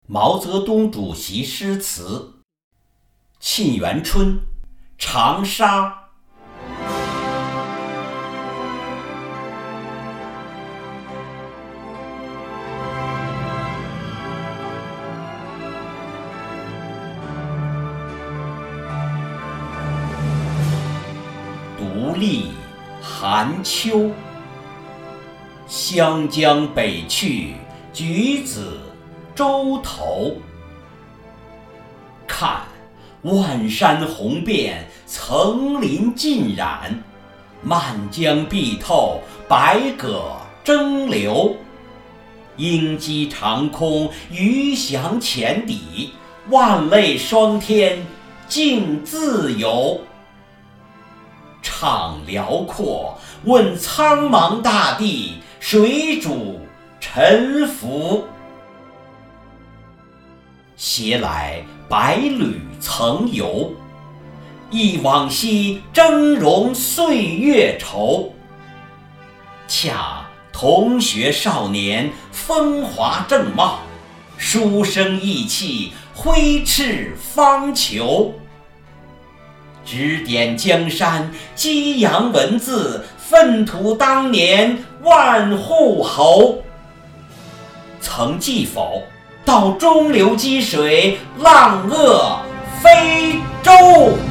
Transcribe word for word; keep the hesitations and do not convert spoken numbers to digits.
毛泽东主席诗词，沁园春，长沙。独立寒秋，湘江北去，橘子洲头。看，万山红遍，层林尽染，漫江碧透，百舸争流。鹰击长空，鱼翔浅底，万类霜天，竞自由。怅辽阔，问苍茫大地，谁主沉浮？携来百侣曾游，忆往昔峥嵘岁月稠。恰同学少年，风华正茂，书生意气，挥斥方遒。指点江山，激扬文字，粪土当年万户侯。曾记否？到中流击水，浪遏飞舟。